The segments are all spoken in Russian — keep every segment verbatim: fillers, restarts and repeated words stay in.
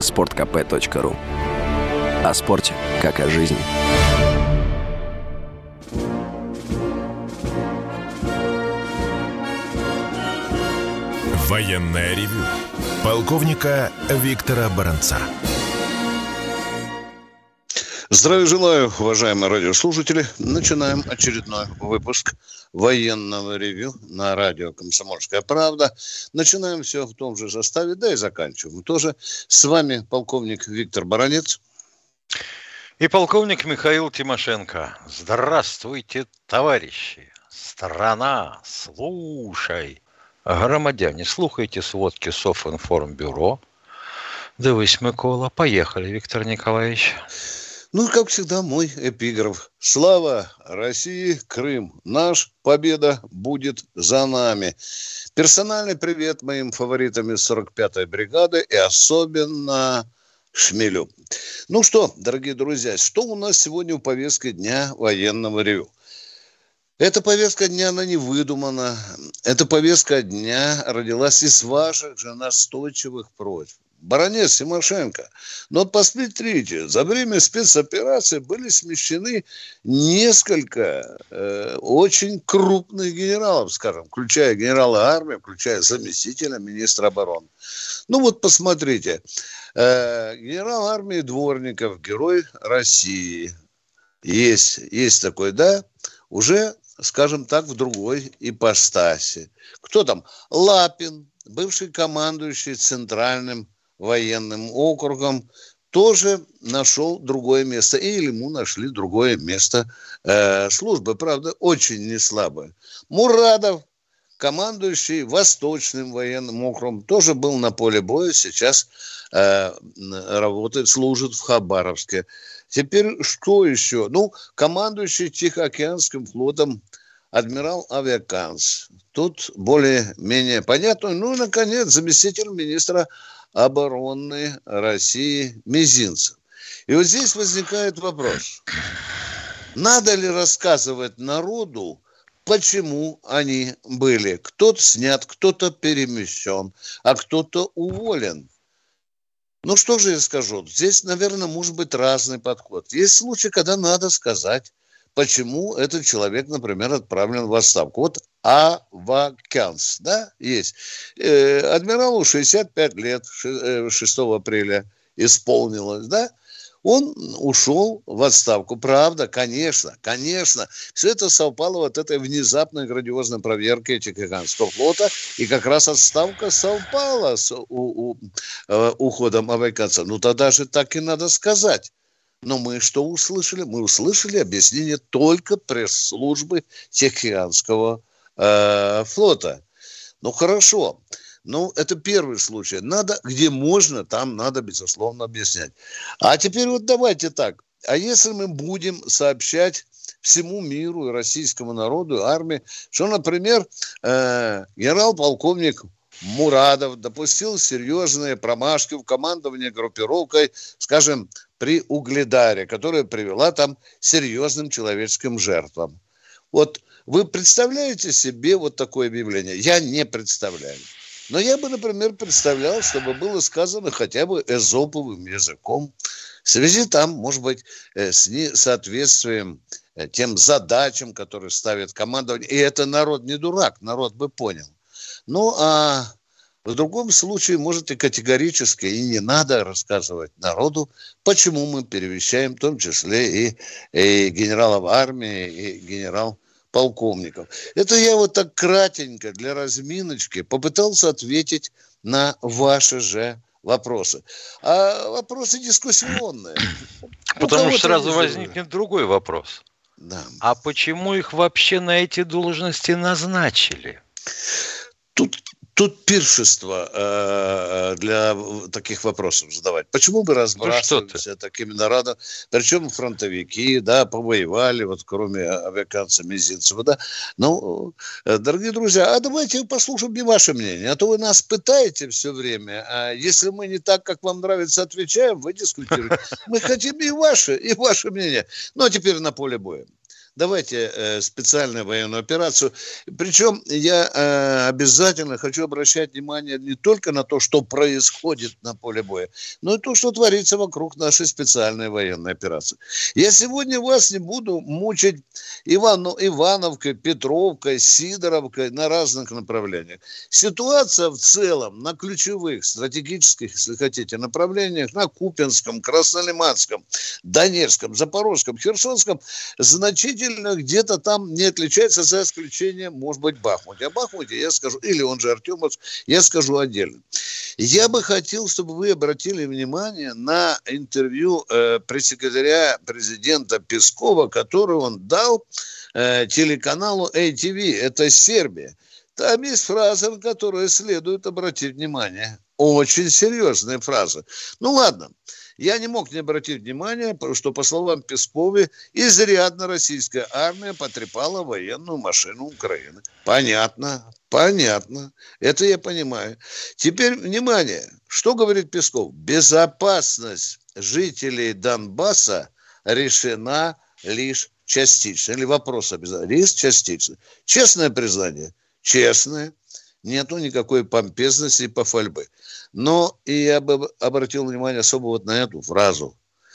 спорт ка пэ точка ру. О спорте, как о жизни. Военное ревю полковника Виктора Баранца. Здравия желаю, уважаемые радиослушатели. Начинаем очередной выпуск военного ревю на радио «Комсомольская правда». Начинаем все в том же составе, да и заканчиваем тоже. С вами полковник Виктор Баранец. И полковник Михаил Тимошенко. Здравствуйте, товарищи. Страна, слушай. Громадяне, слухайте сводки Софинформбюро. Дивись, Микола. Поехали, Виктор Николаевич. Ну, как всегда, мой эпиграф. Слава России, Крым наш, победа будет за нами. Персональный привет моим фаворитам из сорок пятой бригады и особенно Шмелю. Ну что, дорогие друзья, что у нас сегодня в повестке дня военного ревю? Эта повестка дня, она не выдумана. Эта повестка дня родилась из ваших же настойчивых просьб. Баронец Тимошенко. Но посмотрите, за время спецоперации были смещены несколько э, очень крупных генералов, скажем, включая генерала армии, включая заместителя министра обороны. Ну вот посмотрите, э, генерал армии Дворников, герой России, есть, есть такой, да, уже, скажем так, в другой ипостаси. Кто там? Лапин, бывший командующий Центральным военным округом, тоже нашел другое место. Или ему нашли другое место э, службы. Правда, очень не слабое. Мурадов, командующий Восточным военным округом, тоже был на поле боя. Сейчас э, работает, служит в Хабаровске. Теперь что еще? Ну, командующий Тихоокеанским флотом адмирал Авиаканс. Тут более-менее понятно. Ну, наконец, заместитель министра обороны России Мизинцев. И вот здесь возникает вопрос. Надо ли рассказывать народу, почему они были? Кто-то снят, кто-то перемещен, а кто-то уволен. Ну, что же я скажу? Здесь, наверное, может быть разный подход. Есть случаи, когда надо сказать, почему этот человек, например, отправлен в отставку. Вот Авакянс, да, есть. Э, адмиралу шестьдесят пять лет, шестого апреля исполнилось, да. Он ушел в отставку. Правда, конечно, конечно. Все это совпало вот этой внезапной грандиозной проверкой Тихоокеанского флота. И как раз отставка совпала с у, у, э, уходом Авакянса. Ну, тогда же так и надо сказать. Но мы что услышали? Мы услышали объяснение только пресс-службы Тихоокеанского э, флота. Ну, хорошо. Ну, это первый случай. Надо, где можно, там надо, безусловно, объяснять. А теперь вот давайте так. А если мы будем сообщать всему миру и российскому народу, и армии, что, например, э, генерал-полковник Мурадов допустил серьезные промашки в командовании группировкой, скажем, при Угледаре, которая привела там серьезным человеческим жертвам. Вот вы представляете себе вот такое объявление? Я не представляю. Но я бы, например, представлял, чтобы было сказано хотя бы эзоповым языком, в связи там, может быть, с несоответствием тем задачам, которые ставит командование. И это народ не дурак, народ бы понял. Ну, а в другом случае, может, и категорически, и не надо рассказывать народу, почему мы перемещаем, в том числе и, и генералов армии, и генерал-полковников. Это я вот так кратенько для разминочки попытался ответить на ваши же вопросы. А вопросы дискуссионные. Потому что сразу возникнет другой вопрос. Да. А почему их вообще на эти должности назначили? Тут, тут пиршество э, для таких вопросов задавать. Почему бы разбрасываемся такими народами? Причем фронтовики, да, повоевали, вот кроме авиаканца Мизинцева, да. Ну, дорогие друзья, а давайте послушаем не ваше мнение. А то вы нас пытаете все время. А если мы не так, как вам нравится, отвечаем, вы дискутируете. Мы хотим и ваше, и ваше мнение. Ну, а теперь на поле боя. давайте э, специальную военную операцию. Причем я э, обязательно хочу обращать внимание не только на то, что происходит на поле боя, но и то, что творится вокруг нашей специальной военной операции. Я сегодня вас не буду мучить Ивану, Ивановкой, Петровкой, Сидоровкой на разных направлениях. Ситуация в целом на ключевых стратегических, если хотите, направлениях, на Купянском, Краснолиманском, Донецком, Запорожском, Херсонском, значительно где-то там не отличается, за исключением, может быть, Бахмуте. О Бахмуте я скажу, или он же Артемовск, я скажу отдельно. Я бы хотел, чтобы вы обратили внимание на интервью э, пресс-секретаря президента Пескова, который он дал э, телеканалу эй ти ви, это Сербия. Там есть фраза, на которую следует обратить внимание. Очень серьезная фраза. Ну ладно, я не мог не обратить внимания, что, по словам Пескова, изрядно российская армия потрепала военную машину Украины. Понятно, понятно. Это я понимаю. Теперь, внимание, что говорит Песков? Безопасность жителей Донбасса решена лишь частично. Или вопрос обязательно. Лишь частично. Честное признание? Честное. Нету никакой помпезности и пофальбы. Но и я бы обратил внимание особо вот на эту фразу.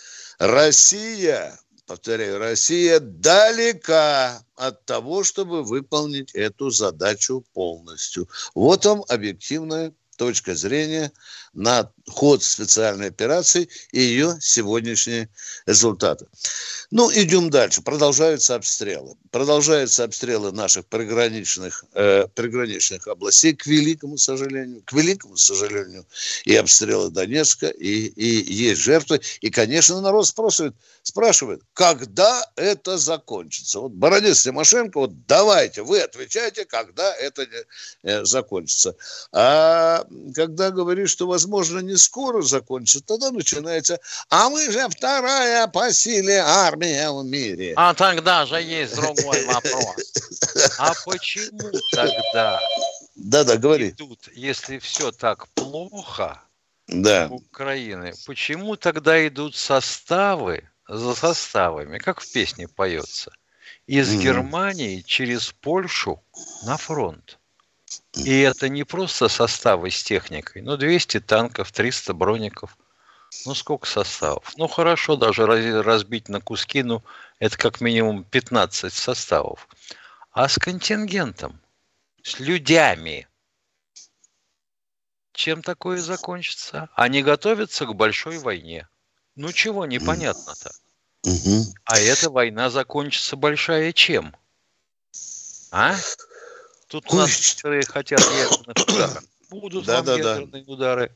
Россия, повторяю, Россия далека от того, чтобы выполнить эту задачу полностью. Вот вам объективная точка зрения на ход специальной операции и ее сегодняшние результаты. Ну, идем дальше. Продолжаются обстрелы. Продолжаются обстрелы наших приграничных, э, приграничных областей, к великому сожалению. К великому сожалению. И обстрелы Донецка, и, и есть жертвы. И, конечно, народ спрашивает, спрашивает, когда это закончится. Вот Бородец, Тимошенко, вот давайте, вы отвечайте, когда это э, закончится. А когда говоришь, что, возможно, не скоро закончится, тогда начинается, а мы же вторая по силе армия в мире. А тогда же есть другой вопрос. А почему тогда Да-да, говори. идут, если все так плохо Да. у Украины, почему тогда идут составы за составами, как в песне поется, из Мгм. Германии через Польшу на фронт? И это не просто составы с техникой, ну, двести танков, триста броников. Ну, сколько составов? Ну, хорошо, даже раз- разбить на куски, ну, это как минимум пятнадцать составов. А с контингентом, с людьми, чем такое закончится? Они готовятся к большой войне. Ну, чего непонятно-то? Мгм. А эта война закончится большая чем? А? Тут у Ой. нас некоторые хотят ядерных ударов. Будут вам Да-да-да. ядерные удары.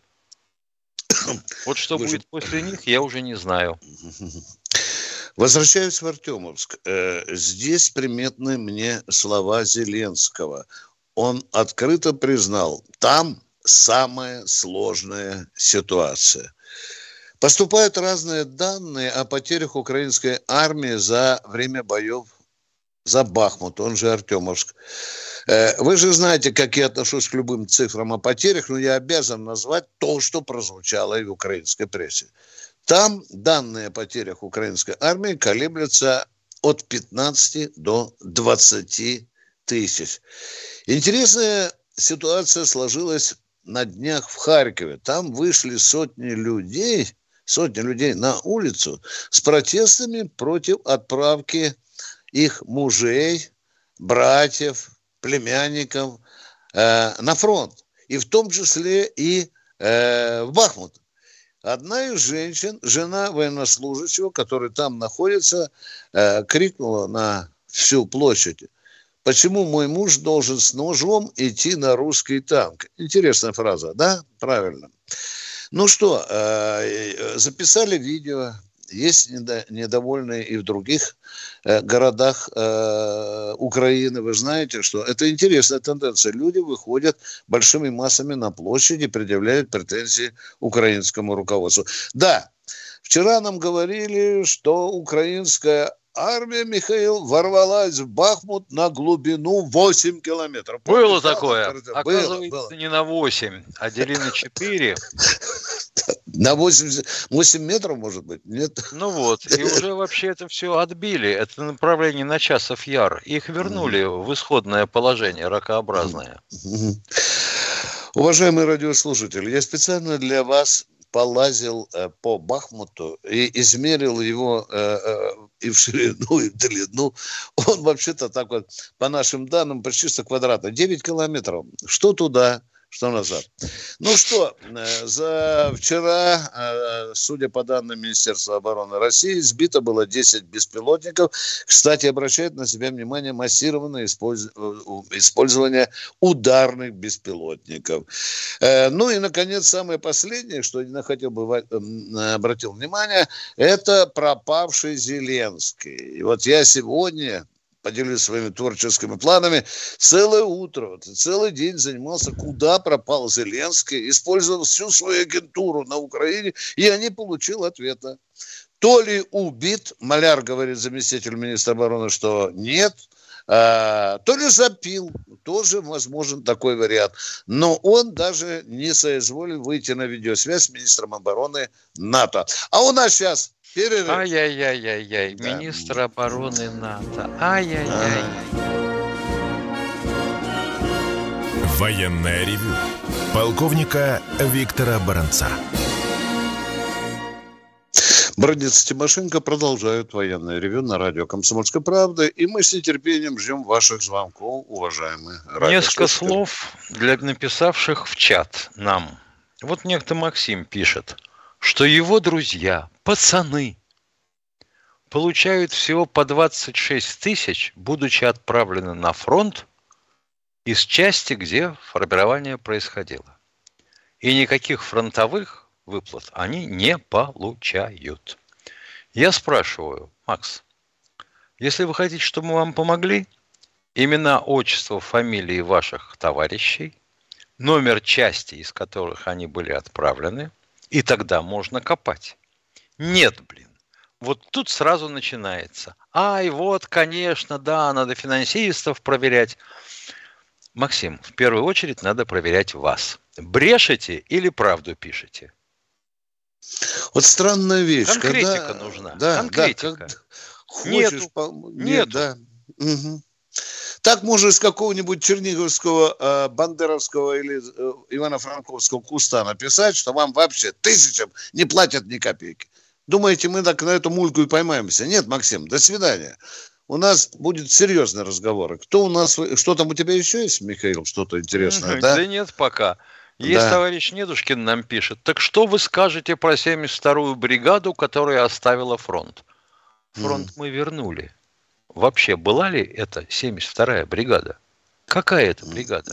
Вот что Вы же- будет после них, я уже не знаю. Возвращаюсь в Артемовск. Э, Здесь приметны мне слова Зеленского. Он открыто признал, там самая сложная ситуация. Поступают разные данные о потерях украинской армии за время боев за Бахмут, он же Артемовск. Э, Вы же знаете, как я отношусь к любым цифрам о потерях, но я обязан назвать то, что прозвучало и в украинской прессе. Там данные о потерях украинской армии колеблются от пятнадцати до двадцати тысяч. Интересная ситуация сложилась на днях в Харькове. Там вышли сотни людей, сотни людей на улицу с протестами против отправки их мужей, братьев, племянников э, на фронт. И в том числе и э, в Бахмут. Одна из женщин, жена военнослужащего, который там находится, э, крикнула на всю площадь: почему мой муж должен с ножом идти на русский танк? Интересная фраза, да? Правильно. Ну что, э, записали видео. Есть недовольные и в других э, городах э, Украины. Вы знаете, что это интересная тенденция. Люди выходят большими массами на площади, предъявляют претензии украинскому руководству. Да, вчера нам говорили, что украинская армия, Михаил, ворвалась в Бахмут на глубину восемь километров. Было Помните, такое. было, Оказывается, было. не на восемь, а дели на четыре. На восемьдесят восемь метров, может быть? Нет? Ну вот, и уже вообще это все отбили. Это направление на Часов Яр. Их вернули в исходное положение, ракообразное. Уважаемые радиослушатели, я специально для вас полазил э, по Бахмуту и измерил его э, э, и в ширину, и в длину. Он вообще-то так вот, по нашим данным, почти сто квадратов. девять километров. Что туда, что назад. Ну что, э, за вчера, э, судя по данным Министерства обороны России, сбито было десять беспилотников. Кстати, обращает на себя внимание массированное использ... использование ударных беспилотников. Э, ну и, наконец, самое последнее, что я хотел бы э, обратил внимание, это пропавший Зеленский. И вот я сегодня... поделюсь своими творческими планами. Целое утро, вот, целый день занимался, куда пропал Зеленский, использовал всю свою агентуру на Украине, и я не получил ответа. То ли убит, Маляр говорит, заместитель министра обороны, что нет, а, то ли запил, тоже возможен такой вариант. Но он даже не соизволил выйти на видеосвязь с министром обороны НАТО. А у нас сейчас... перерыв. Ай-яй-яй-яй-яй. Да. Министр обороны НАТО. Ай-яй-яй. Военное ревю полковника Виктора Баранца. Бродец, Тимошенко продолжают военное ревю на радио «Комсомольская правда», и мы с нетерпением ждем ваших звонков, уважаемые радиослушатели. Несколько слов для написавших в чат нам. Вот некто Максим пишет, что его друзья, пацаны, получают всего по двадцать шесть тысяч, будучи отправлены на фронт из части, где формирование происходило. И никаких фронтовых выплат они не получают. Я спрашиваю, Макс, если вы хотите, чтобы мы вам помогли, имена, отчества, фамилии ваших товарищей, номер части, из которых они были отправлены, и тогда можно копать. Нет, блин. Вот тут сразу начинается. Ай, вот, конечно, да, надо финансистов проверять. Максим, в первую очередь надо проверять вас. Брешете или правду пишете? Вот странная вещь. Конкретика когда... нужна. Да, Конкретика. Да, хочешь, нету. По... Нету. Да. Угу. Так можно из какого-нибудь черниговского, э, бандеровского или э, ивано-франковского куста написать, что вам вообще тысячам не платят ни копейки. Думаете, мы так на эту мульку и поймаемся? Нет, Максим, до свидания. У нас будет серьезный разговор. Кто у нас... Что там у тебя еще есть, Михаил? Что-то интересное, Mm-hmm. да? Да нет пока. Есть да. Товарищ Недушкин нам пишет. Так что вы скажете про семьдесят вторую бригаду, которая оставила фронт? Фронт mm. мы вернули. Вообще, была ли это семьдесят вторая бригада? Какая это бригада?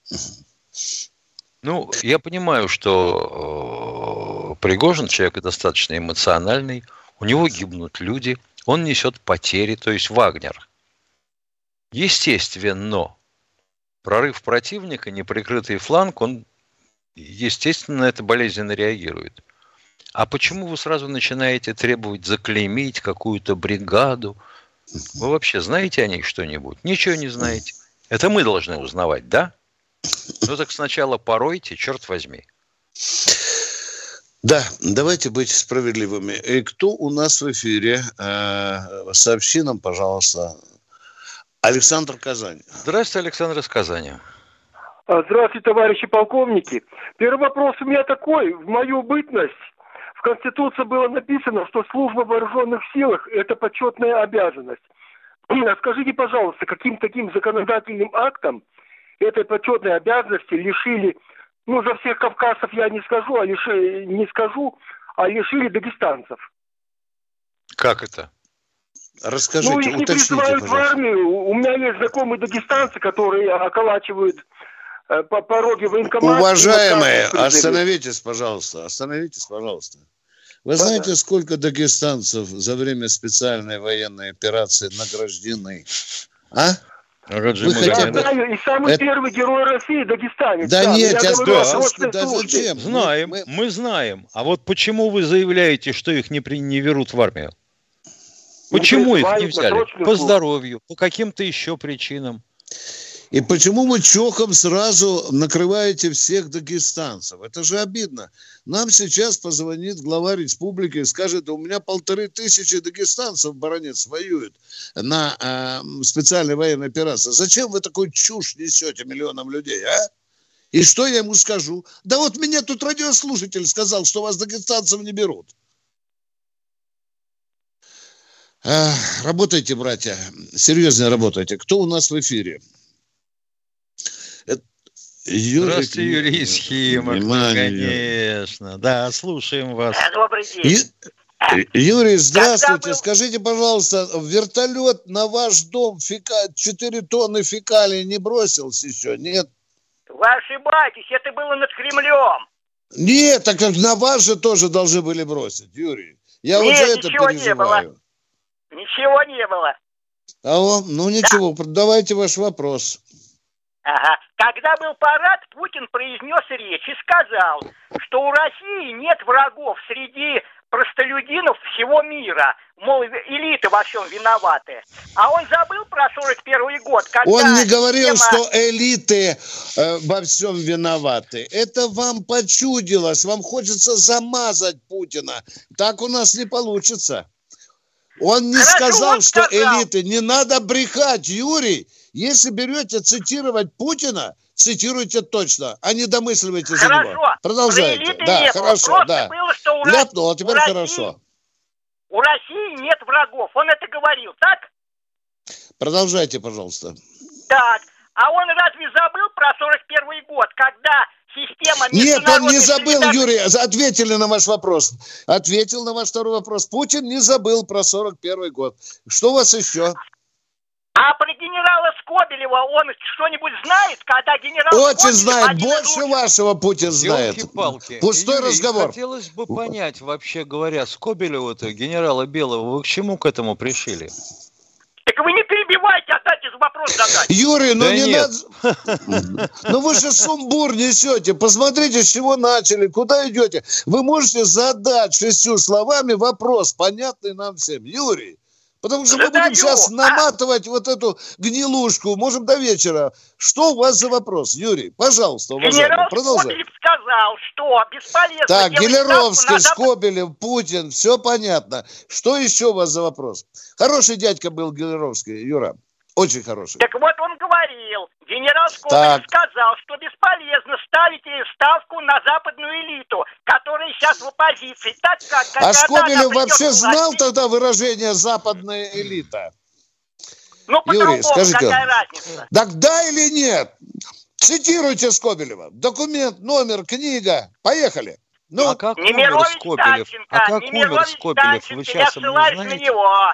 Ну, я понимаю, что э, Пригожин человек достаточно эмоциональный, у него гибнут люди, он несет потери, то есть Вагнер. Естественно, прорыв противника, неприкрытый фланг, он, естественно, на это болезненно реагирует. А почему вы сразу начинаете требовать заклеймить какую-то бригаду? Вы вообще знаете о ней что-нибудь? Ничего не знаете. Это мы должны узнавать, да? Ну так сначала поройте, черт возьми. Да, давайте быть справедливыми. И кто у нас в эфире? Сообщи нам, пожалуйста. Александр, Казань. Здравствуйте, Александр из Казани. Здравствуйте, товарищи полковники. Первый вопрос у меня такой. В мою бытность в Конституции было написано, что служба в вооруженных силах – это почетная обязанность. Скажите, пожалуйста, каким таким законодательным актом этой почетной обязанности лишили, ну, за всех кавказцев я не скажу, а лиши, не скажу, а лишили дагестанцев? Как это? Расскажите, ну, их не призывают в армию. У меня есть знакомые дагестанцы, которые околачивают э, по пороге военкомата. Уважаемые, остановитесь, пожалуйста, остановитесь, пожалуйста. Вы да, знаете, да. сколько дагестанцев за время специальной военной операции награждены? А? Я знаю, и самый это... первый герой России дагестанец. Да, да нет, я, я говорю, да, да зачем? Знаем, мы, мы знаем. А вот почему вы заявляете, что их не, при... не берут в армию? Почему их не взяли? По здоровью, по каким-то еще причинам. И почему вы чохом сразу накрываете всех дагестанцев? Это же обидно. Нам сейчас позвонит глава республики и скажет, у меня полторы тысячи дагестанцев, баронец, воюют на э, специальной военной операции. Зачем вы такую чушь несете миллионам людей, а? И что я ему скажу? Да вот меня тут радиослушатель сказал, что вас дагестанцев не берут. А, работайте, братья, серьезно работайте. Кто у нас в эфире? Юрий... Здравствуйте, Юрий из Химок, конечно. Да, слушаем вас. Добрый день. Ю... Юрий, здравствуйте. Был... Скажите, пожалуйста, вертолет на ваш дом фека... четыре тонны фекалий не бросился еще, нет? Вы ошибаетесь, это было над Кремлем. Нет, так как на вас же тоже должны были бросить, Юрий. Я Нет, вот за это ничего переживаю. Не было. Ничего не было. А, ну ничего, да. Давайте ваш вопрос. Ага. Когда был парад, Путин произнес речь и сказал, что у России нет врагов среди простолюдинов всего мира. Мол, элиты во всем виноваты. А он забыл про сорок первый год, когда... Он не говорил, тема... что элиты э, во всем виноваты. Это вам почудилось. Вам хочется замазать Путина. Так у нас не получится. Он не Хорошо, сказал, он что сказал. Элиты. Не надо брехать, Юрий. Если берете цитировать Путина, цитируйте точно, а не домысливайте за хорошо. него. Продолжайте. Да, нет, хорошо, да. Было, что у Ляпнул, а теперь у хорошо. России, у России нет врагов. Он это говорил, так? Продолжайте, пожалуйста. Так. А он разве забыл про сорок первый год, когда система... Нет, он не забыл, солидарности... Юрий, ответили на ваш вопрос. Ответил на ваш второй вопрос. Путин не забыл про сорок первый год. Что у вас еще? А про генерала Скобелева он что-нибудь знает, когда генерал Очень Скобелев... знает, больше лучших... вашего Путин знает. Ёлки-палки. Пустой Юрий, разговор. Хотелось бы понять, вообще говоря, Скобелева-то, генерала Белого, вы к чему к этому пришили? Так вы не перебивайте, отдайте вопрос задать. Юрий, ну да не нет. надо... Ну вы же сумбур несете. Посмотрите, с чего начали, куда идете. Вы можете задать шестью словами вопрос, понятный нам всем. Юрий, потому что мы Задаю. будем сейчас наматывать вот эту гнилушку. Можем до вечера. Что у вас за вопрос, Юрий? Пожалуйста, уважаемый, продолжай. Скобелев сказал, что бесполезно... Так, Гелеровский, назад... Скобелев, Путин, все понятно. Что еще у вас за вопрос? Хороший дядька был Гелеровский, Юра. Очень хороший. Так вот он говорил, генерал Скобелев сказал, что бесполезно ставить ставку на западную элиту, которая сейчас в оппозиции. Так как, а Скобелев вообще знал тогда выражение «западная элита»? Ну, Юрий, скажите, какая разница? Так да или нет? Цитируйте Скобелева. Документ, номер, книга. Поехали. Ну, а как умер Скобелев? А как умер Скобелев? Вы сейчас ему знаете?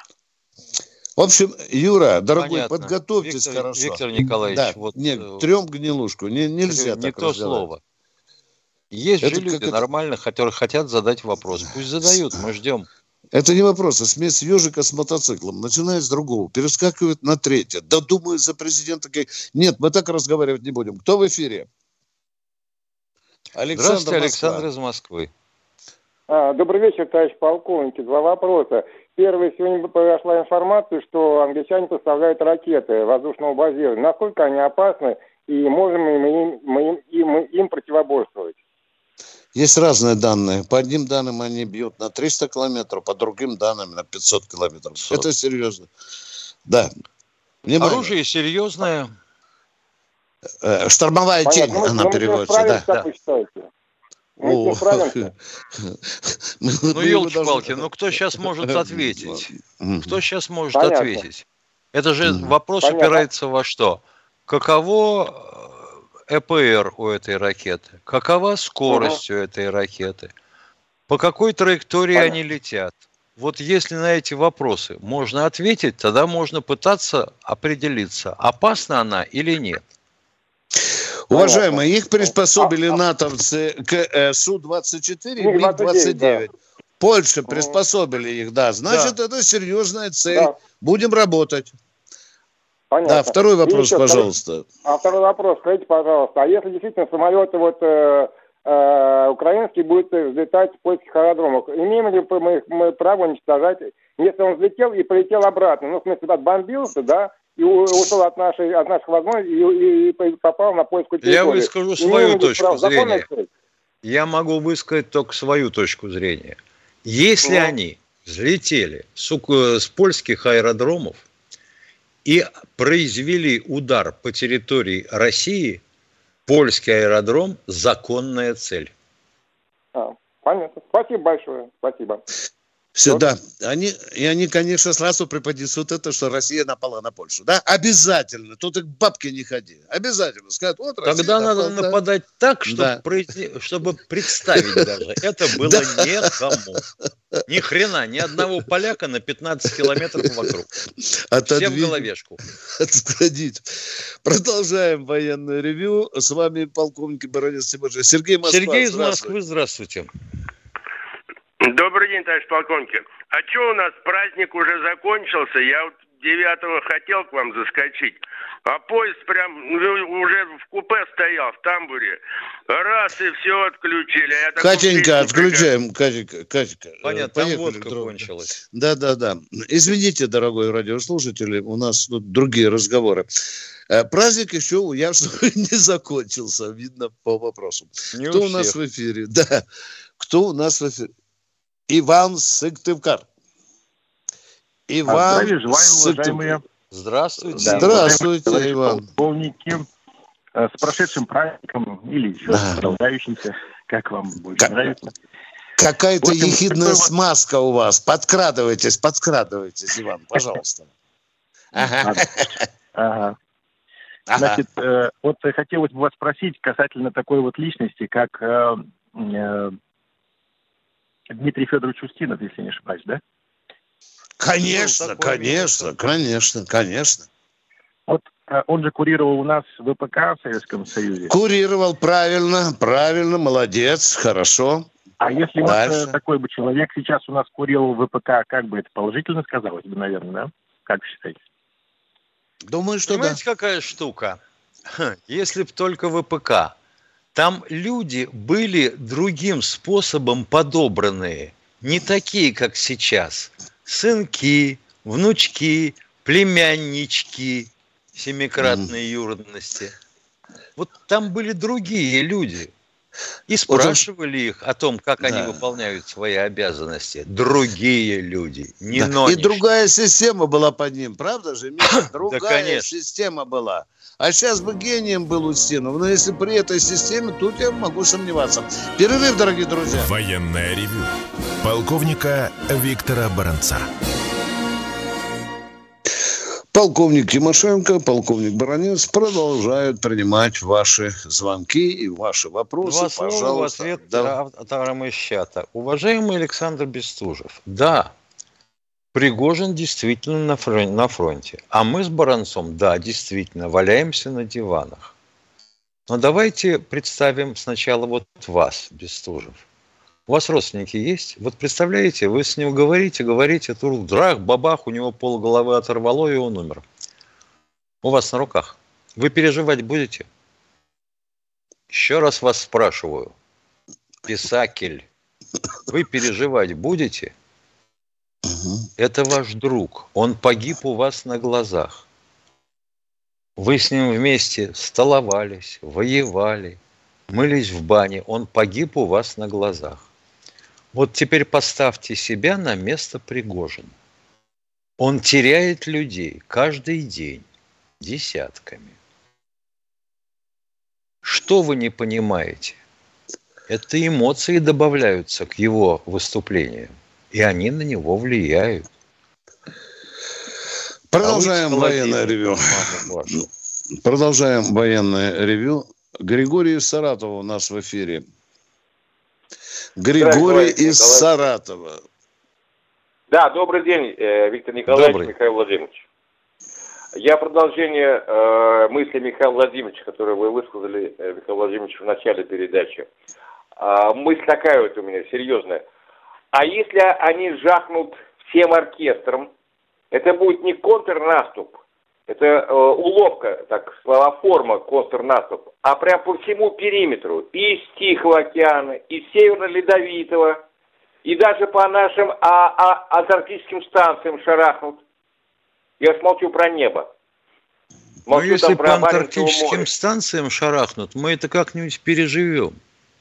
В общем, Юра, дорогой, понятно. Подготовьтесь Виктор, хорошо. Виктор Николаевич, да, вот нет, трем гнилушку, не, нельзя не так то слово. Есть это же люди это... нормально, которые хотят задать вопрос. Пусть задают, мы ждем. Это не вопрос, а смесь ежика с мотоциклом. Начиная с другого, перескакивает на третье. Да думаю, за президента... Нет, мы так разговаривать не будем. Кто в эфире? Александр Здравствуйте, Москва. Александр из Москвы. А, добрый вечер, товарищ полковник. Два вопроса. Первый, сегодня прошла информация, что англичане поставляют ракеты воздушного базирования. Насколько они опасны и можем мы им, мы им, им, им противоборствовать? Есть разные данные. По одним данным они бьют на триста километров, по другим данным на пятьсот километров. пятьсот. Это серьезно. Да. Внимание. Оружие серьезное. Э, штормовая Понятно. Тень, мы, она мы переводится. Да. Как вы считаете? Мы ну, елки-палки, ну кто сейчас может ответить? Кто сейчас может Понятно. Ответить? Это же вопрос Понятно. Упирается во что? Каково ЭПР у этой ракеты? Какова скорость угу. у этой ракеты? По какой траектории Понятно. Они летят? Вот если на эти вопросы можно ответить, тогда можно пытаться определиться, опасна она или нет. Уважаемые, их приспособили натовцы к э, Су двадцать четыре и Миг двадцать девять. Да. Польша приспособили их, да. Значит, да. Это серьезная цель. Да. Будем работать. Понятно. Да, второй вопрос, еще, пожалуйста. А второй вопрос, скажите, пожалуйста, а если действительно самолеты вот э, э, украинские будут взлетать с польских аэродромов, имеем ли мы, мы право уничтожать, если он взлетел и полетел обратно? Ну, в смысле, отбомбился, да? и ушел от нашей, от наших возможностей и, и, и попал на польскую территорию. Я выскажу свою точку зрения. Я могу высказать только свою точку зрения. Если ну. они взлетели с, с польских аэродромов и произвели удар по территории России, польский аэродром – законная цель. А, понятно. Спасибо большое. Спасибо. Все, да. Они, и они, конечно, сразу преподнесут это, что Россия напала на Польшу. Да, обязательно. Тут и к бабке не ходи. Обязательно. Скажут, вот Россия Тогда напала, надо да. нападать так, чтобы, да. произ... чтобы представить даже. Это было некому. Ни хрена, ни одного поляка на пятнадцать километров вокруг. Всем в головешку. Отсходить. Продолжаем военное ревью. С вами полковник Баранец Тимошенко. Сергей Москва. Сергей из Москвы, здравствуйте. Добрый день, товарищ полковник. А что у нас, праздник уже закончился? Я вот девятого хотел к вам заскочить, а поезд прям уже в купе стоял, в тамбуре. Раз, и все отключили. А я Катенька, отключаем. Катенька, Катенька. Понятно, там водка кончилась. Да-да-да. Извините, дорогой радиослушатель, у нас тут другие разговоры. Праздник еще, я что не закончился, видно по вопросу. Не Кто у, у нас в эфире? Да. Кто у нас в эфире? Иван Сыктывкар. Иван Здравия желаю, уважаемые. Здравствуйте. Да, Здравствуйте, Иван. Полковники, с прошедшим праздником или еще да. продолжающимся, как вам больше как, нравится. Какая-то общем, ехидная такой... смазка у вас. Подкрадывайтесь, подкрадывайтесь, Иван, пожалуйста. Ага. Ага. Значит, вот хотелось бы вас спросить касательно такой вот личности, как Дмитрий Федорович Устинов, если не ошибаюсь, да? Конечно, ну, конечно, конечно, конечно. Вот он же курировал у нас ВПК в Советском Союзе. Курировал, правильно, правильно, молодец, хорошо. А если Дальше. вот такой бы человек сейчас у нас курировал ВПК, как бы это положительно сказалось бы, наверное, да? Как вы считаете? Думаю, что Понимаете, да. какая штука? Если б только ВПК. Там люди были другим способом подобранные. Не такие, как сейчас. Сынки, внучки, племяннички семикратной mm. юродности. Вот там были другие люди. И спрашивали их о том, как да. они выполняют свои обязанности. Другие люди, не да. нонешние. И другая система была под ним, правда же? Другая да, система была. А сейчас бы гением был Устинов. Но если при этой системе, тут я могу сомневаться. Перерыв, дорогие друзья. Военное ревю полковника Виктора Баранца. Полковник Тимошенко, полковник Баранец продолжают принимать ваши звонки и ваши вопросы. Два слова Пожалуйста. В ответ да. от Арамыщата. Уважаемый Александр Бестужев, да, Пригожин действительно на фронте, на фронте. А мы с Баранцом, да, действительно, валяемся на диванах. Но давайте представим сначала вот вас, Бестужев. У вас родственники есть? Вот представляете, вы с ним говорите, говорите, тут драх, бабах, у него полголовы оторвало, и он умер. У вас на руках. Вы переживать будете? Еще раз вас спрашиваю. Писатель, вы переживать будете? Это ваш друг. Он погиб у вас на глазах. Вы с ним вместе столовались, воевали, мылись в бане. Он погиб у вас на глазах. Вот теперь поставьте себя на место Пригожина. Он теряет людей каждый день десятками. Что вы не понимаете? Это эмоции добавляются к его выступлениям, и они на него влияют. Продолжаем а военное ревью. Продолжаем военное ревью. Григорий из Саратова у нас в эфире. Григорий из Саратова. Да, добрый день, Виктор Николаевич, добрый. Михаил Владимирович. Я продолжение э, мысли Михаила Владимировича, которую вы высказали, э, Михаил Владимирович, в начале передачи. Э, мысль такая вот у меня, серьезная. А если они жахнут всем оркестром, это будет не контрнаступ, это э, уловка, так, словоформа контрнаступ, а прям по всему периметру, и из Тихого океана, и из Северно-Ледовитого, и даже по нашим а, а, антарктическим станциям шарахнут. Я смолчу про небо. Но если по антарктическим станциям шарахнут, мы это как-нибудь переживем.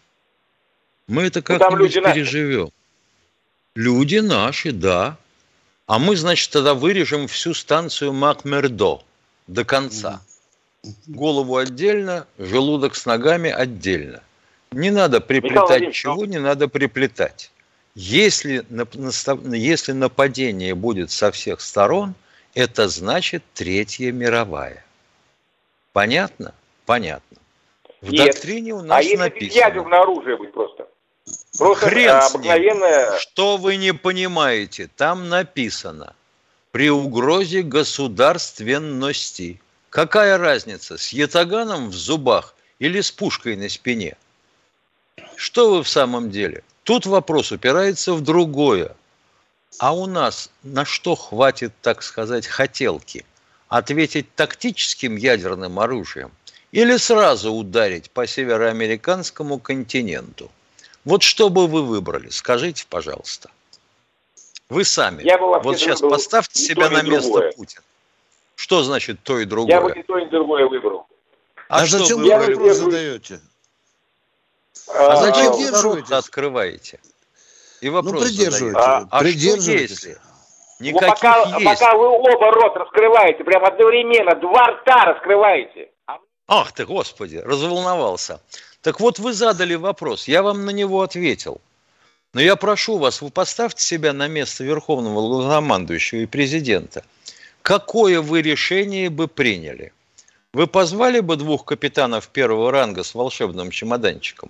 Мы это как-нибудь ну, переживем. Наши. Люди наши, да. А мы, значит, тогда вырежем всю станцию Мак-Мердо до конца. Голову отдельно, желудок с ногами отдельно. Не надо приплетать чего, не надо приплетать. Если, если нападение будет со всех сторон, это значит Третья мировая. Понятно? Понятно. В Нет. доктрине у нас а написано. А ядерное оружие будет просто? Просто Хрен обыкновенное... Что вы не понимаете? Там написано при угрозе государственности. Какая разница, с ятаганом в зубах или с пушкой на спине? Что вы в самом деле? Тут вопрос упирается в другое. А у нас на что хватит, так сказать, хотелки? Ответить тактическим ядерным оружием или сразу ударить по североамериканскому континенту? Вот что бы вы выбрали? Скажите, пожалуйста. Вы сами. Вот сейчас поставьте себя на место другое. Путина. Что значит то и другое? Я бы и то, и другое выбрал. А, а зачем вы вопрос задаете? А, а зачем вы рот открываете? И вопрос ну, придерживайте. А, а придерживайте. Что если? Никаких пока, есть. Пока вы оба рот раскрываете, прям одновременно, два рта раскрываете. Ах ты, Господи, разволновался. Так вот вы задали вопрос, я вам на него ответил. Но я прошу вас, вы поставьте себя на место верховного главнокомандующего и президента. Какое вы решение бы приняли? Вы позвали бы двух капитанов первого ранга с волшебным чемоданчиком?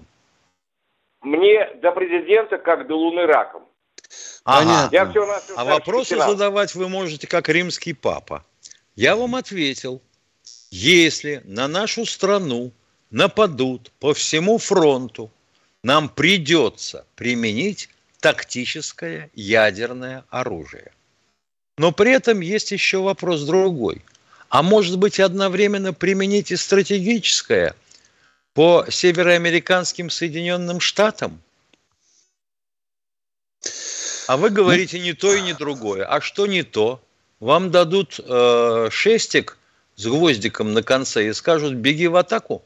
Мне до президента как до луны раком. Ага. Я все на все а вопросы капитан. Задавать вы можете как римский папа. Я вам ответил. Если на нашу страну нападут по всему фронту, нам придется применить тактическое ядерное оружие. Но при этом есть еще вопрос другой. А может быть, одновременно применить и стратегическое по североамериканским Соединенным Штатам? А вы говорите не то и не другое. А что не то? Вам дадут э, шестик с гвоздиком на конце и скажут, беги в атаку?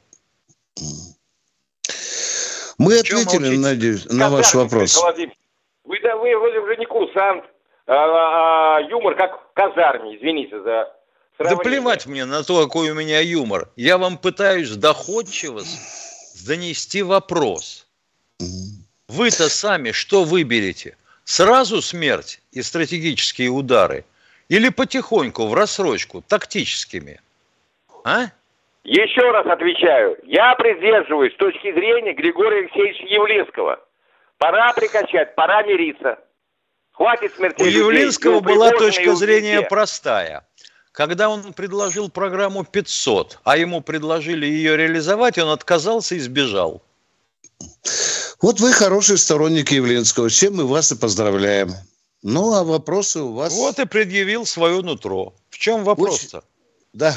Мы ответили, надеюсь, на ваш вопрос. Вы, да, вы вроде уже не курсант, а, а, юмор как в казарме, извините за сравнение. Да плевать мне на то, какой у меня юмор. Я вам пытаюсь доходчиво донести вопрос. Вы-то сами что выберете? Сразу смерть и стратегические удары? Или потихоньку, в рассрочку, тактическими? А? Еще раз отвечаю. Я придерживаюсь с точки зрения Григория Алексеевича Явлинского. Пора прикачать, пора мириться. Хватит смертей. У Явлинского была точка зрения простая. Когда он предложил программу пятьсот, а ему предложили ее реализовать, он отказался и сбежал. Вот вы хороший сторонник Явлинского, с чем мы вас и поздравляем. Ну, а вопросы у вас... Вот и предъявил свое нутро. В чем вопрос-то? Очень... Да.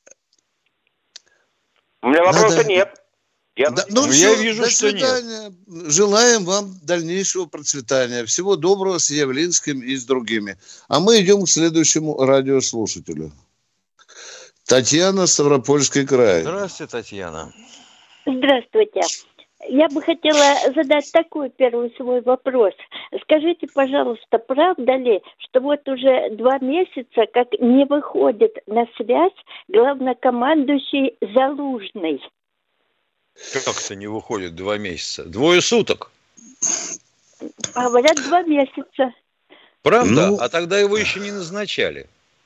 У меня вопроса Надо... нет. Я, да, ну, все, я вижу, до что свидания. Нет. Желаем вам дальнейшего процветания. Всего доброго с Явлинским и с другими. А мы идем к следующему радиослушателю. Татьяна, Ставропольский край. Здравствуйте, Татьяна. Здравствуйте. Я бы хотела задать такой первый свой вопрос. Скажите, пожалуйста, правда ли, что вот уже два месяца, как не выходит на связь главнокомандующий Залужный? Как-то не выходит два месяца? Двое суток. Говорят, два месяца. Правда? Ну... А тогда его еще не назначали.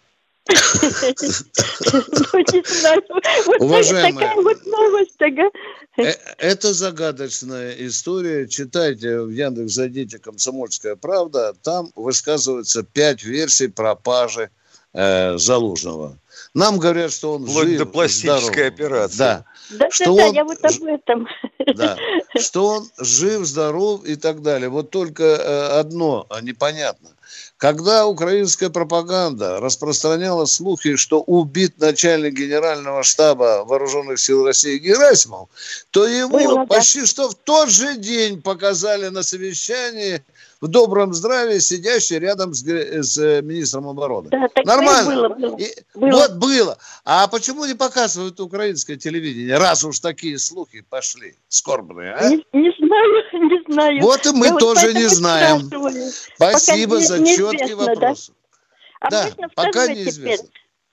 Уважаемые, это загадочная история. Читайте в Яндекс, зайдите «Комсомольская правда». Там высказываются пять версий пропажи э, Залужного. Нам говорят, что он вплоть жив, до пластической здоров. операции. Да. Да, что да, он, я вот об этом. Да, что он жив, здоров и так далее. Вот только э, одно непонятно. Когда украинская пропаганда распространяла слухи, что убит начальник генерального штаба вооруженных сил России Герасимов, то ему Было, почти да. что в тот же день показали на совещании в добром здравии, сидящий рядом с, с министром обороны. Да, Нормально. Было, было. И было, вот Вот было. А почему не показывают украинское телевидение, раз уж такие слухи пошли скорбные, а? Не, не знаю, не знаю. Вот и мы Я тоже вот не знаем. спрашиваю. Спасибо Пока за не, четкий вопрос. Да? А да, можно пока теперь? неизвестно.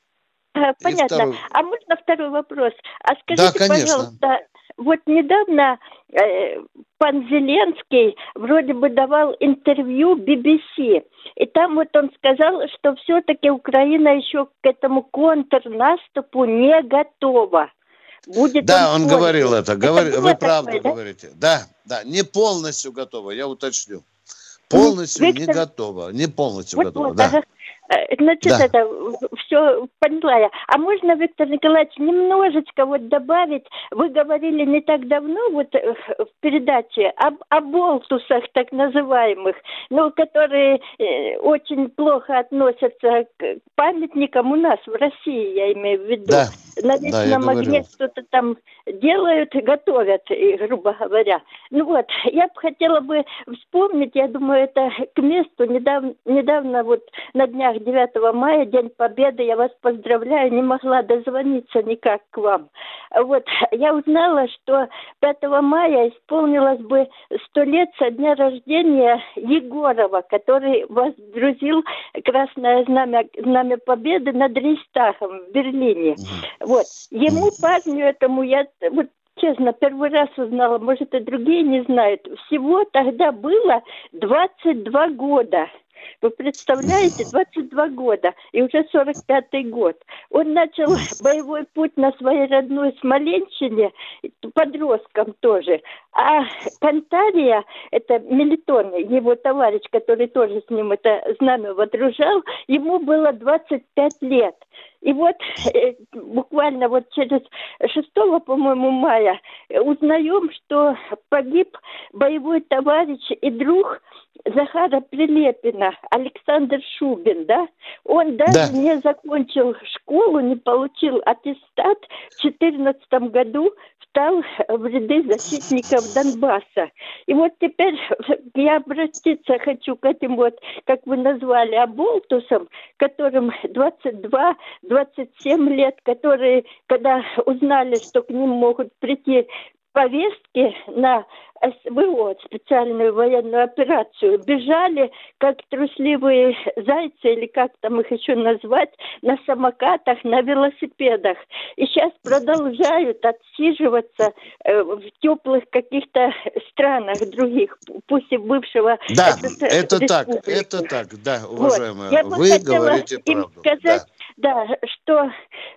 А, понятно. Второй. А можно второй вопрос? А скажите, да, пожалуйста, вот недавно э, пан Зеленский вроде бы давал интервью би би си, и там вот он сказал, что все-таки Украина еще к этому контрнаступу не готова. Будет да, он, он говорил это. Говор... это Вы такое, правду да? говорите. Да, да, не полностью готова, я уточню. Полностью Виктор... не готова, не полностью вот, готова, вот, да. Ага. Значит, да. это все поняла я. А можно, Виктор Николаевич, немножечко вот добавить? Вы говорили не так давно вот в передаче об оболтусах так называемых, ну, которые э, очень плохо относятся к памятникам у нас в России, я имею в виду. Да. На вечном да, огне что-то там делают, готовят, грубо говоря. Ну вот, я бы хотела бы вспомнить, я думаю, это к месту, недавно, недавно вот на днях девятого мая, День Победы, я вас поздравляю, не могла дозвониться никак к вам. Вот, я узнала, что пятого мая исполнилось бы сто лет со дня рождения Егорова, который воздрузил Красное Знамя, Знамя Победы над Рейхстагом в Берлине. Вот, ему, парню этому, я вот честно, первый раз узнала, может, и другие не знают, всего тогда было двадцать два года. Вы представляете, двадцать два года, и уже сорок пятый год. Он начал боевой путь на своей родной Смоленщине, подростком тоже. А Кантария, это Мелитон, его товарищ, который тоже с ним это знамя водружал, ему было двадцать пять лет. И вот э, буквально вот через шестого, по-моему, мая узнаем, что погиб боевой товарищ и друг Захара Прилепина, Александр Шубин, да? Он даже да. не закончил школу, не получил аттестат, в четырнадцатом году встал в ряды защитников Донбасса. И вот теперь я обратиться хочу к этим вот, как вы назвали, оболтусам, которым двадцать два - двадцать семь лет, которые, когда узнали, что к ним могут прийти повестки на эс вэ о, специальную военную операцию, бежали, как трусливые зайцы, или как там их еще назвать, на самокатах, на велосипедах. И сейчас продолжают отсиживаться э, в теплых каких-то странах других, пусть и бывшего... Да, это, это так, это так, да, уважаемая, вот. Вы говорите правду. Сказать, да. да, что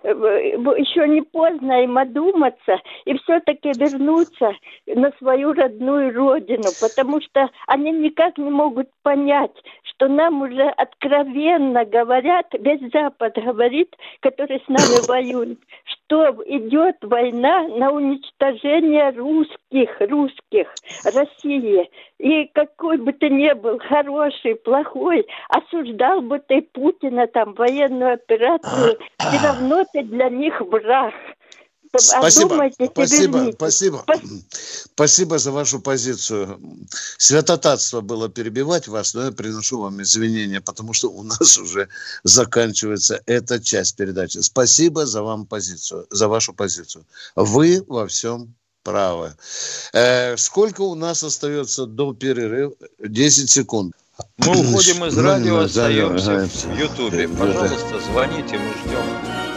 еще не поздно им одуматься и все-таки вернуться на свою родную родину, потому что они никак не могут понять, что нам уже откровенно говорят, весь Запад говорит, который с нами воюет, что идет война на уничтожение русских, русских, России. И какой бы ты ни был, хороший, плохой, осуждал бы ты Путина, там, военную операцию, все равно ты для них враг. Спасибо, спасибо, спасибо. Спасибо за вашу позицию. Святотатство было перебивать вас, но я приношу вам извинения, потому что у нас уже заканчивается эта часть передачи. Спасибо за вам позицию, за вашу позицию. Вы во всем правы. Э, сколько у нас остается до перерыва? десять секунд. Мы уходим из радио, остаемся в Ютубе. Пожалуйста, звоните, мы ждем.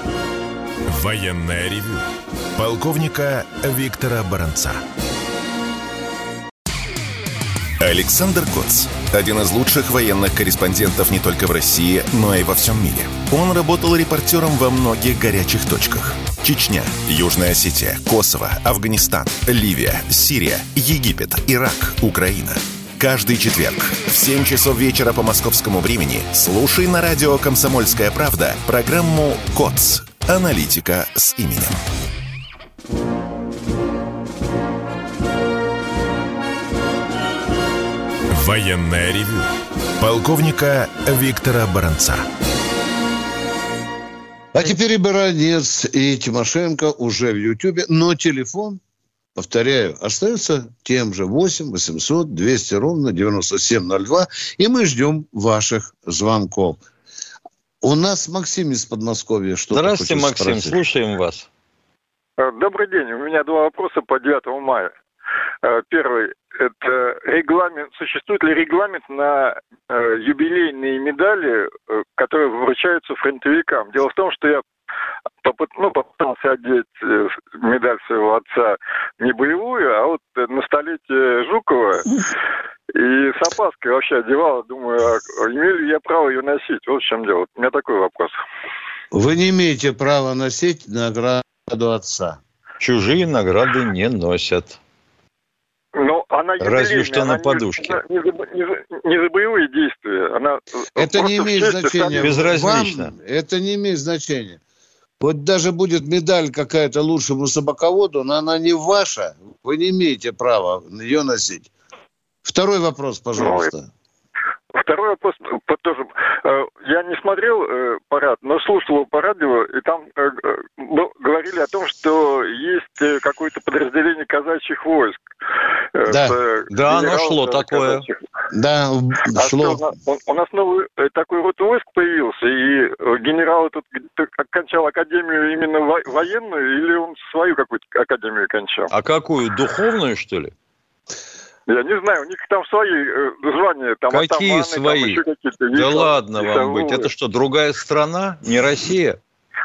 Военное ревю полковника Виктора Баранца. Александр Коц. Один из лучших военных корреспондентов не только в России, но и во всем мире. Он работал репортером во многих горячих точках. Чечня, Южная Осетия, Косово, Афганистан, Ливия, Сирия, Египет, Ирак, Украина. Каждый четверг в семь часов вечера по московскому времени слушай на радио «Комсомольская правда» программу «КОЦ». Аналитика с именем. Военное ревю полковника Виктора Баранца. А теперь и Баранец, и Тимошенко уже в Ютьюбе, но телефон, повторяю, остается тем же: восемь восемьсот двести ровно девяносто семь ноль два, и мы ждем ваших звонков. У нас Максим из Подмосковья. Что-то Здравствуйте, хочет Максим, спросить. слушаем вас. Добрый день. У меня два вопроса по девятому мая. Первый. Это регламент. Существует ли регламент на э, юбилейные медали, э, которые вручаются фронтовикам? Дело в том, что я попыт, ну, попытался одеть э, медаль своего отца не боевую, а вот э, на столетие Жукова. И с опаской вообще одевал. Думаю, а имею ли я право ее носить? Вот в чем дело. У меня такой вопрос. Вы не имеете права носить награду отца. Чужие награды не носят. Но она разве что на подушке. Не, не, за, не, за, не за боевые действия. Она это не имеет значения. Безразлично. Вам это не имеет значения. Вот даже будет медаль какая-то лучшему собаководу, но она не ваша. Вы не имеете права ее носить. Второй вопрос, пожалуйста. Второй вопрос тоже. Я не смотрел э, парад, но слушал по радио, и там э, ну, говорили о том, что есть какое-то подразделение казачьих войск. Э, да, э, да, оно шло такое. Казачьих. Да, а шло. Что, у, у нас новый такой род войск появился, и генерал тут окончал академию именно военную, или он свою какую-то академию кончал? А какую, духовную, что ли? Я не знаю, у них там свои э, звания. Там, какие атаманы, свои? Там да весов, ладно вам быть. Это что, другая страна? Не Россия?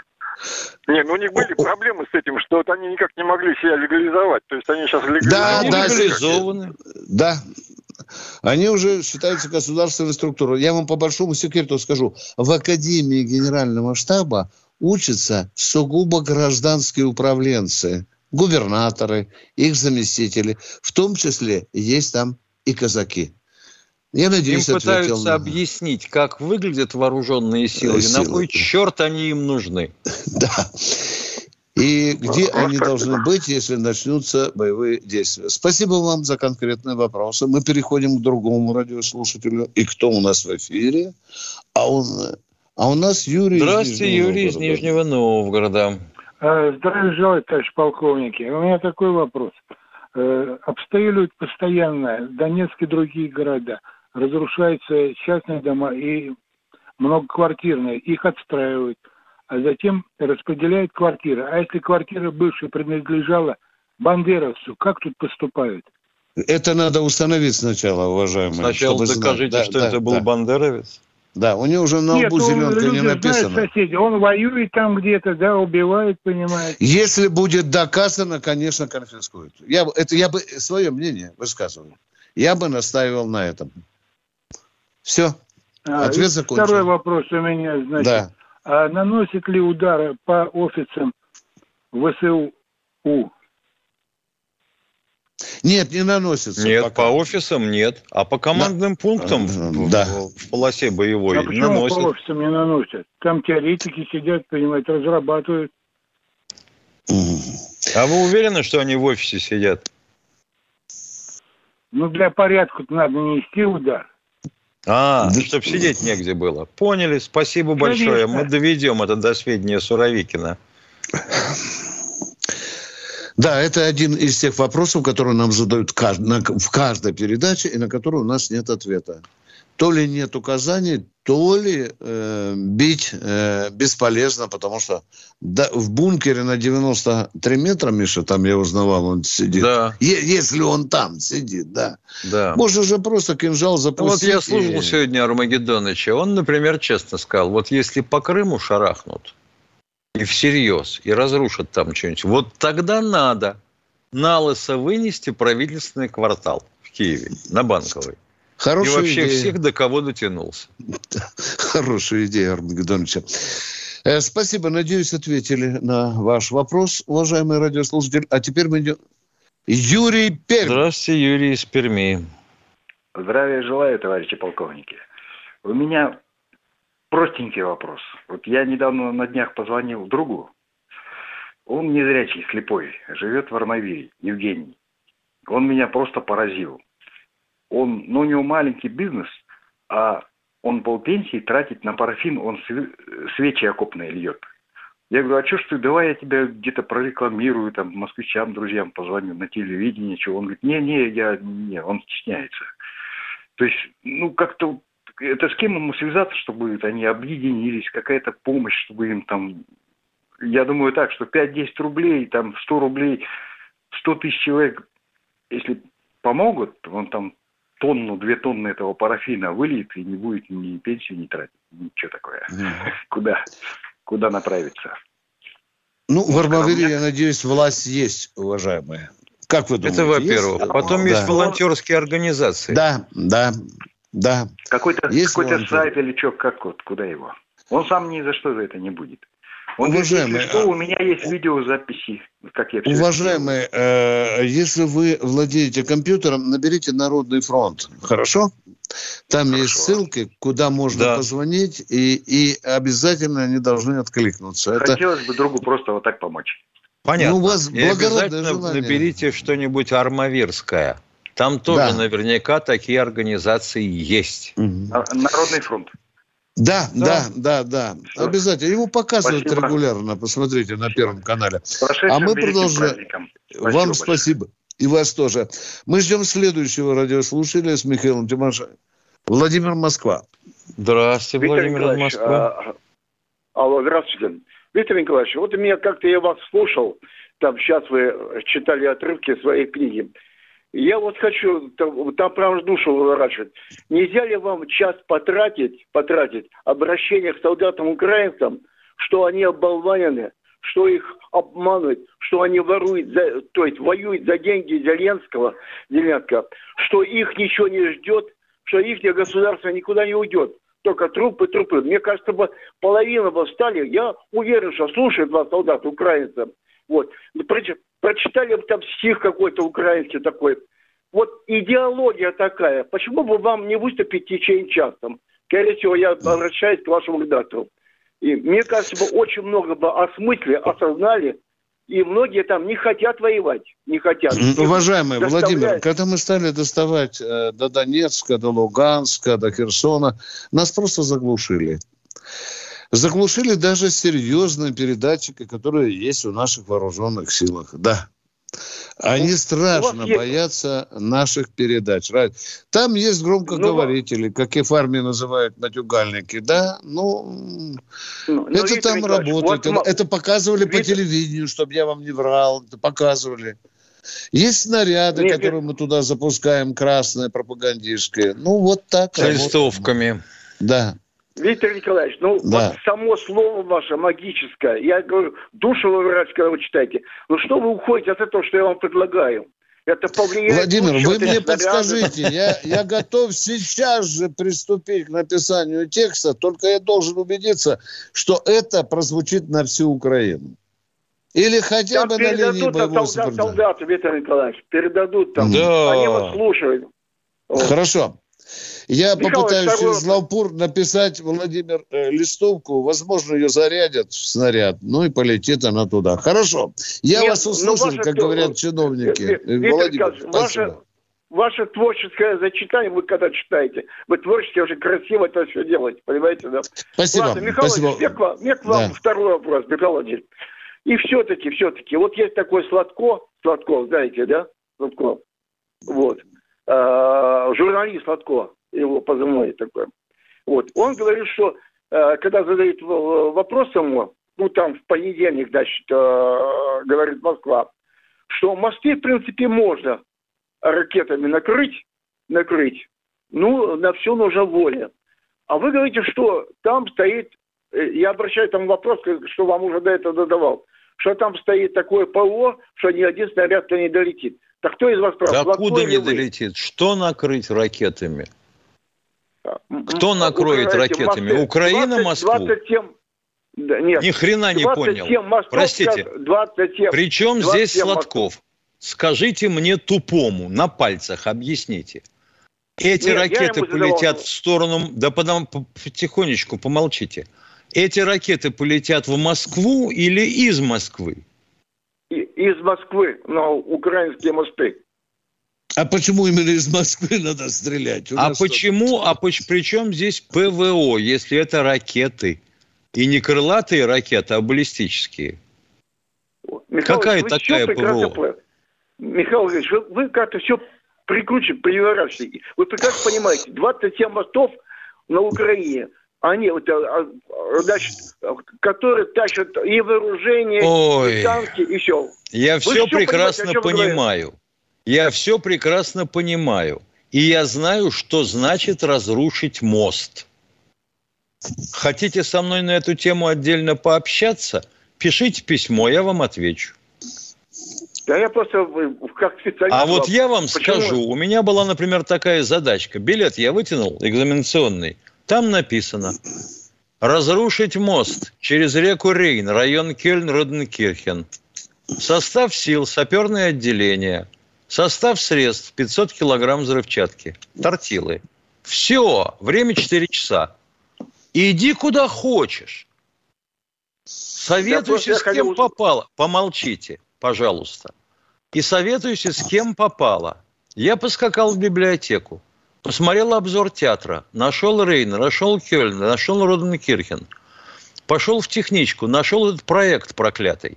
Не, ну у них были проблемы с этим, что вот они никак не могли себя легализовать. То есть они сейчас легализованы. Да, да, легализованы. Да. Они уже считаются государственной структурой. Я вам по большому секрету скажу. В Академии Генерального штаба учатся сугубо гражданские управленцы. Губернаторы, их заместители. В том числе есть там и казаки. Я надеюсь, им пытаются ответил... объяснить, как выглядят вооруженные силы, силы. И на кой черт они им нужны. Да. И где они должны быть, если начнутся боевые действия. Спасибо вам за конкретные вопросы. Мы переходим к другому радиослушателю. И кто у нас в эфире? А, он... а у нас Юрий Здравствуйте, из Нижнего Юрий из Нижнего Новгорода. Здравия желаю, товарищ полковники. У меня такой вопрос. Обстреливают постоянно Донецк и другие города. Разрушаются частные дома и многоквартирные. Их отстраивают. А затем распределяют квартиры. А если квартира бывшая принадлежала бандеровцу, как тут поступают? Это надо установить сначала, уважаемые. Сначала докажите, да, что да, это был да. бандеровец. Да, у него уже на лбу зеленка не написано. Знают, соседи, он воюет там где-то, да, убивает, понимаете. Если будет доказано, конечно, конфискуют. Я, это я бы свое мнение высказываю. Я бы настаивал на этом. Все. А, ответ закончен. Второй вопрос у меня, значит. Да. А наносит ли удары по офисам ВСУ? Нет, не наносится. Нет, пока. по офисам нет. А по командным да. пунктам да. в, в полосе боевой а почему наносят. по офисам не наносят? Там теоретики сидят, понимаете, разрабатывают. А вы уверены, что они в офисе сидят? Ну, для порядка надо нанести удар. А, да. чтобы сидеть негде было. Поняли, спасибо Конечно. большое. Мы доведем это до сведения Суровикина. Да, это один из тех вопросов, которые нам задают в каждой передаче, и на которые у нас нет ответа. То ли нет указаний, то ли э, бить э, бесполезно, потому что да, в бункере на девяносто три метра, Миша, там я узнавал, он сидит. Да. Е- если он там сидит, да. да. Можно же просто кинжал запустить. Вот я слушал и... сегодня Армагеддоныча. Он, например, честно сказал, вот если по Крыму шарахнут, и всерьез, и разрушат там что-нибудь, вот тогда надо на лысо вынести правительственный квартал в Киеве, на Банковой. Хорошая и вообще идея. Всех, до кого дотянулся. Хорошая идея, Армагеддоновича. Э, спасибо, надеюсь, ответили на ваш вопрос, уважаемый радиослушатель. А теперь мы идем... Юрий Пермь. Здравствуйте, Юрий из Перми. Здравия желаю, товарищи полковники. У меня простенький вопрос. Вот я недавно на днях позвонил другу. Он незрячий, слепой, живет в Армавире, Евгений. Он меня просто поразил. Он, ну, у него маленький бизнес, а он полпенсии тратит на парафин, он свечи окопные льет. Я говорю, а что ж ты, давай я тебя где-то прорекламирую, там, москвичам, друзьям позвоню на телевидении, что. Он говорит, не-не, я, не, он стесняется. То есть, ну, как-то это с кем ему связаться, чтобы они объединились, какая-то помощь, чтобы им там... Я думаю так, что пять-десять рублей, там сто рублей, сто тысяч человек, если помогут, он там тонну, две тонны этого парафина выльет и не будет ни пенсии, ни тратить. Ничего такое. Mm-hmm. Куда? Куда направиться? Ну, в Армавире, я надеюсь, власть есть, уважаемые. Как вы думаете? Это во-первых. Есть? Потом да. есть волонтерские организации. Да, да, да. Какой-то, есть какой-то сайт или что, как вот, куда его? Он сам ни за что за это не будет. Он Уважаемые, говорит, что у меня есть видеозаписи, как я все уважаемые, э, если вы владеете компьютером, наберите Народный фронт, хорошо? Там хорошо. Есть ссылки, куда можно да. позвонить, и, и обязательно они должны откликнуться. Хотелось это... бы другу просто вот так помочь. Понятно. Ну, у вас и обязательно желание. Наберите что-нибудь армавирское. Там тоже да. наверняка такие организации есть. Угу. Народный фронт. Да, да, да, да, да. Обязательно. Его показывают спасибо. Регулярно. Посмотрите на Первом канале. А мы продолжаем. Спасибо Вам большое. Спасибо. И вас тоже. Мы ждем следующего радиослушателя с Михаилом Тимошенко. Владимир, Москва. Здравствуйте, Виктор Владимир, Москва. А, алло, здравствуйте. Виктор Николаевич, вот у меня как-то я вас слушал, там сейчас вы читали отрывки своей книги. Я вот хочу, там, там прям душу выворачивать. Нельзя ли вам час потратить, потратить обращение к солдатам-украинцам, что они оболванены, что их обманывают, что они воруют, за, то есть воюют за деньги Зеленского, Зеленского, что их ничего не ждет, что их государство никуда не уйдет. Только трупы, трупы. Мне кажется, бы половина бы встали. Я уверен, что слушают вас солдаты украинцам. Вот. Прочитали бы там стих какой-то украинский такой. Вот идеология такая. Почему бы вам не выступить в течение часа? Скорее всего, я обращаюсь к вашему редактору. И мне кажется, бы очень много бы осмыслили, осознали. И многие там не хотят воевать. Не хотят. Уважаемый Владимир, когда мы стали доставать э, до Донецка, до Луганска, до Херсона, нас просто заглушили. Заглушили даже серьезные передатчики, которые есть в наших вооруженных силах. Да. Они страшно боятся наших передач. Там есть громкоговорители, ну, как их в армии называют, матюгальники. Да, ну, ну это там Виктор работает. Вот, это показывали Виктор... по телевидению, чтобы я вам не врал. Это показывали. Есть снаряды, Нет, которые Виктор... мы туда запускаем, красные, пропагандистские. Ну, вот так. С листовками. Да. Виктор Николаевич, ну да. Вот само слово ваше магическое, я говорю, душу выворачивать, когда вы читаете. Ну что вы уходите от этого, что я вам предлагаю? Это повлияет... Владимир, вы мне подскажите, я, я готов сейчас же приступить к написанию текста, только я должен убедиться, что это прозвучит на всю Украину. Или хотя бы на линии боевого сопровождения. Солдаты, Виктор Николаевич, передадут там, да. Они вас слушают. Хорошо. Я Михаил, попытаюсь второй... через Лавпур написать, Владимир, э, листовку. Возможно, ее зарядят в снаряд. Ну и полетит она туда. Хорошо. Я Нет, вас услышал, как то... говорят чиновники. Виктор, Владимир, Виктор, ваше, ваше творческое зачитание, вы когда читаете, вы творчески очень красиво это все делаете. Понимаете, да? Спасибо. Ладно, Михаил Спасибо. Мне к вам, мне к вам да. второй вопрос, Михаил Владимирович. И все-таки, все-таки, вот есть такой Сладко, Сладко, знаете, да? Сладко. Вот. А, журналист Сладко. Его позывной такой. Вот. Он говорит, что э, когда задают вопрос ему, ну там в понедельник, значит, э, говорит Москва, что мосты, в принципе, можно ракетами накрыть, накрыть, ну, на все нужна воля. А вы говорите, что там стоит, я обращаю там вопрос, что вам уже до этого задавал, что там стоит такое ПВО, что ни один снаряд-то не долетит. Так кто из вас прав? Да откуда не долетит? Что накрыть ракетами? Кто накроет ракетами? Мосты. Украина двадцать, Москву? двадцать семь... Да, нет. Ни хрена не понял. Мостов, Простите. двадцать семь, Причем здесь Сладков? Мостов. Скажите мне тупому, на пальцах объясните. Эти нет, ракеты полетят в сторону... Да потом потихонечку помолчите. Эти ракеты полетят в Москву или из Москвы? И, из Москвы на украинские мосты. А почему именно из Москвы надо стрелять? У а почему? А при чем здесь ПВО, если это ракеты? И не крылатые ракеты, а баллистические. Михаил Какая Ильич, такая ПВО? Михаил Ильич, вы, вы как-то все прикручиваете, переворачиваете. Вы прекрасно понимаете, двадцать семь мостов, на Украине, они, значит, которые тащат и вооружение, Ой. и танки, и все. Я Вы все прекрасно понимаете, понимаю. Я все прекрасно понимаю. И я знаю, что значит разрушить мост. Хотите со мной на эту тему отдельно пообщаться? Пишите письмо, я вам отвечу. Да я просто как специалист... А вот я вам Почему? скажу, у меня была, например, такая задачка. Билет я вытянул, экзаменационный. Там написано: разрушить мост через реку Рейн, район Кёльн-Роденкирхен. Состав сил, саперное отделение. Состав средств пятьсот килограмм взрывчатки. Тортилы. Все, время четыре часа. Иди куда хочешь. Советуйся, с кем попало. Помолчите, пожалуйста. И советуйся, с кем попало. Я поскакал в библиотеку. Посмотрел обзор театра. Нашел Рейн, нашел Кёльн, нашел Роденкирхен. Пошел в техничку. Нашел этот проект проклятый.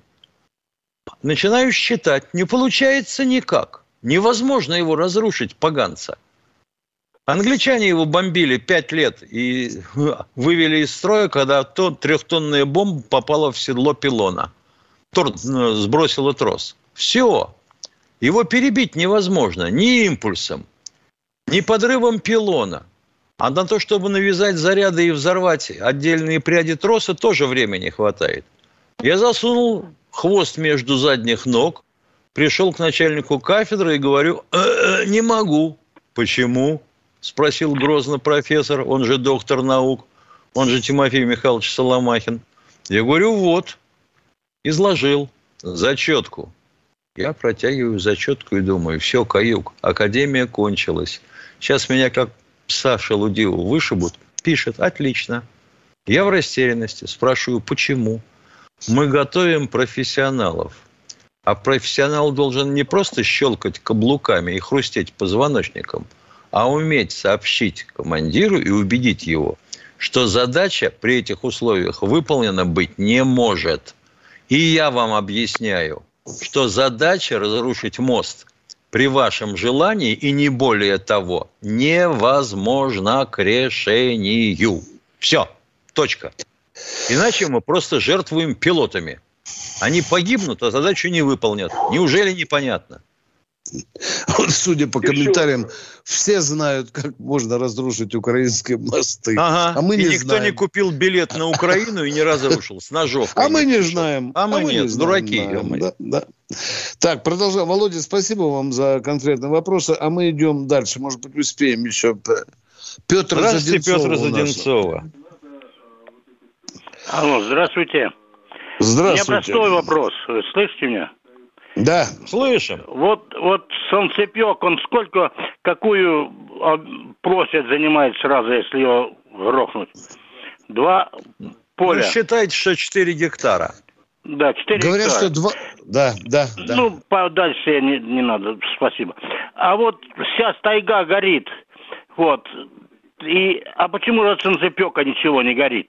Начинаю считать. Не получается никак. Невозможно его разрушить, поганца. Англичане его бомбили пять лет и вывели из строя, когда то трехтонная бомба попала в седло пилона. Торт сбросила трос. Все. Его перебить невозможно ни импульсом, ни подрывом пилона. А на то, чтобы навязать заряды и взорвать отдельные пряди троса, тоже времени хватает. Я засунул хвост между задних ног, пришел к начальнику кафедры и говорю: э-э, не могу. Почему? Спросил грозно профессор, он же доктор наук, он же Тимофей Михайлович Соломахин. Я говорю: вот, изложил зачетку. Я протягиваю зачетку и думаю: все, каюк, академия кончилась. Сейчас меня как пса шелудиву вышибут. Пишет: отлично. Я в растерянности, спрашиваю: почему? Мы готовим профессионалов. А профессионал должен не просто щелкать каблуками и хрустеть позвоночником, а уметь сообщить командиру и убедить его, что задача при этих условиях выполнена быть не может. И я вам объясняю, что задача разрушить мост при вашем желании и не более того невозможна к решению. Все, точка. Иначе мы просто жертвуем пилотами. Они погибнут, а задачу не выполнят. Неужели непонятно? Вот, судя по комментариям, все знают, как можно разрушить украинские мосты. Ага. А мы и не никто знаем. не купил билет на Украину и не разрушил с ножовкой. А мы не знаем. А мы а нет, не знаем, дураки. Да, да. Так, продолжаем. Володя, спасибо вам за конкретные вопросы. А мы идем дальше. Может быть, успеем еще. Петр Здравствуйте, Заденцова. Петр Заденцова. Алло, здравствуйте. Здравствуйте. У меня простой вопрос. Слышите меня? Да. Слышим. Вот, вот солнцепек, он сколько, какую площадь занимает сразу, если его грохнуть? Два поля. Ну, считайте, что четыре гектара. Да, четыре гектара. Говорят, что два... Да, да, да. Ну, дальше я не, не надо, спасибо. А вот сейчас тайга горит, вот, и, а почему от солнцепека ничего не горит?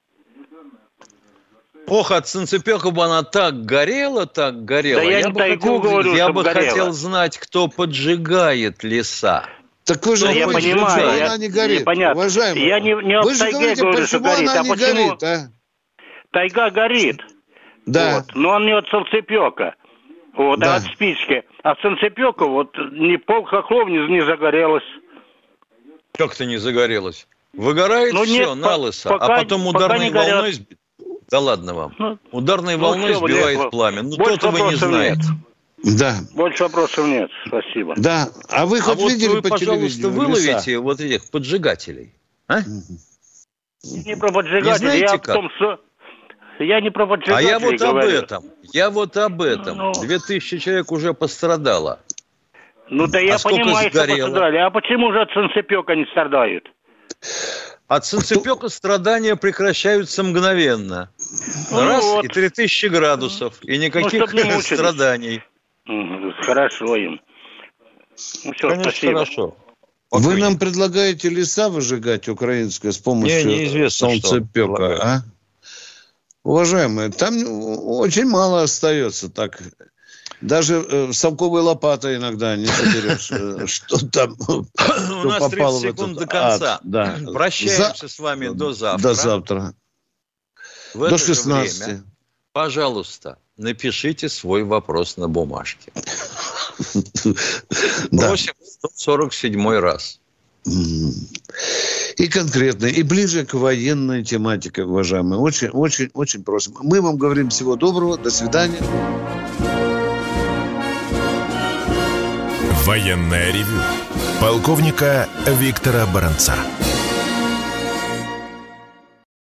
Ох, от солнцепека бы она так горела, так горела. Да я, я бы тайгу хотел, говорю, я бы горела. хотел знать, кто поджигает леса. Так вы же да я говорите, понимаю, почему я, она не горит, непонятно. уважаемый. Я не, не вы об же тайге говорите, говорю, почему что горит, она а не почему горит, а? Тайга горит. Да. Вот. Но он не от солнцепека, вот, да. а от спички. А от солнцепека вот ни пол хохлов не, не загорелось. Как-то не загорелось? Выгорает ну, все нет, налысо, пока, а потом ударной волной... Сб... Да ладно вам. Ну, ударной ну, волной все, сбивает Олег, пламя. Ну, то-то вы не знаете. Да. Больше вопросов нет. Спасибо. Да. А вы хоть а вот видели вы, по пожалуйста, выловите леса? Вот этих поджигателей. А? Не про поджигателей, я как? о том, что... Я не про поджигателей А я вот говорю. об этом. Я вот об этом. Ну, Две тысячи человек уже пострадало. Ну да я а понимаю, что пострадали. А почему же от солнцепека не страдают? От солнцепека страдания прекращаются мгновенно. Ну, Раз, вот. и три тысячи градусов. И никаких ну, не страданий. Хорошо им. Ну, все, конечно, спасибо. хорошо. Вы Окей. нам предлагаете леса выжигать украинское с помощью не, солнцепека, а? Уважаемые, там очень мало остается так. Даже э, совковой лопатой иногда не соберешь, э, что там У нас тридцать секунд до конца. Прощаемся с вами до завтра. До завтра. До шестнадцати. Пожалуйста, напишите свой вопрос на бумажке. Просим сто сорок седьмой раз. И конкретно, и ближе к военной тематике, уважаемые. Очень, очень, очень просим. Мы вам говорим всего доброго. До свидания. Военное ревю полковника Виктора Баранца.